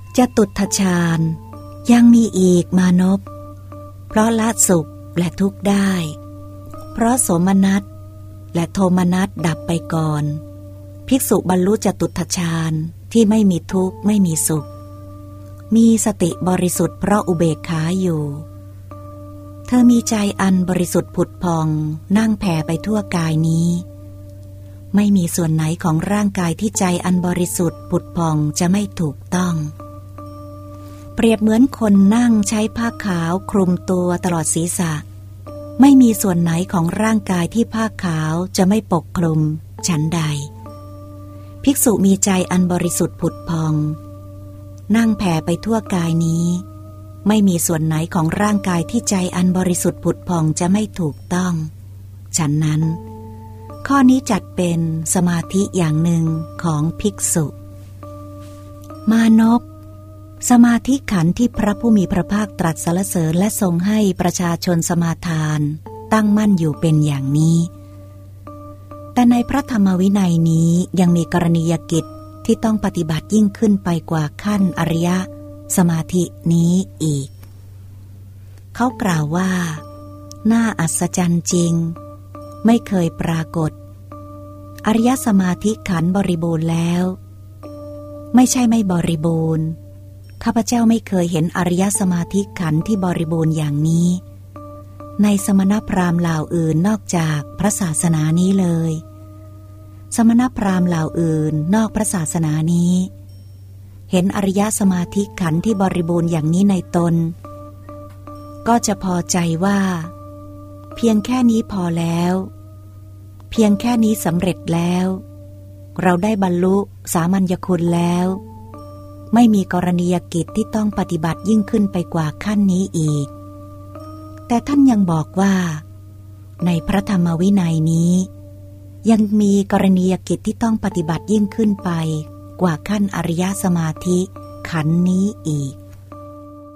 จตุตถฌานยังมีอีกมานพเพราะละสุขและทุกข์ได้เพราะโสมนัสและโทมนัสดับไปก่อนภิกษุบรรลุจตุตถฌานที่ไม่มีทุกข์ไม่มีสุขมีสติบริสุทธิ์เพราะอุเบกขาอยู่เธอมีใจอันบริสุทธิ์ผุดพองนั่งแผ่ไปทั่วกายนี้ไม่มีส่วนไหนของร่างกายที่ใจอันบริสุทธิ์ผุดพองจะไม่ถูกต้องเปรียบเหมือนคนนั่งใช้ผ้าขาวคลุมตัวตลอดศีรษะไม่มีส่วนไหนของร่างกายที่ผ้าขาวจะไม่ปกคลุมฉันใดภิกษุมีใจอันบริสุทธิ์ผุดพองนั่งแผ่ไปทั่วกายนี้ไม่มีส่วนไหนของร่างกายที่ใจอันบริสุทธิ์ผุดพองจะไม่ถูกต้องฉันนั้นข้อนี้จัดเป็นสมาธิอย่างหนึ่งของภิกษุมานพสมาธิขันธ์ที่พระผู้มีพระภาคตรัสสรรเสริญและทรงให้ประชาชนสมาทานตั้งมั่นอยู่เป็นอย่างนี้แต่ในพระธรรมวินัยนี้ยังมีกรณียกิจที่ต้องปฏิบัติยิ่งขึ้นไปกว่าขั้นอริยสมาธินี้อีกเขากล่าวว่าน่าอัศจรรย์จริงไม่เคยปรากฏอริยสมาธิขันธ์บริบูรณ์แล้วไม่ใช่ไม่บริบูรณ์ข้าพเจ้าไม่เคยเห็นอริยสมาธิขันธ์ที่บริบูรณ์อย่างนี้ในสมณพราหมณ์เหล่าอื่นนอกจากพระศาสนานี้เลยสมณพราหมณ์เหล่าอื่นนอกพระศาสนานี้เห็นอริยสมาธิขันธ์ที่บริบูรณ์อย่างนี้ในตนก็จะพอใจว่าเพียงแค่นี้พอแล้วเพียงแค่นี้สำเร็จแล้วเราได้บรรลุสามัญญคุณแล้วไม่มีกรณียกิจที่ต้องปฏิบัติยิ่งขึ้นไปกว่าขั้นนี้อีกแต่ท่านยังบอกว่าในพระธรรมวินัยนี้ยังมีกรณียกิจที่ต้องปฏิบัติยิ่งขึ้นไปกว่าขั้นอริยสมาธิขันธ์นี้อีก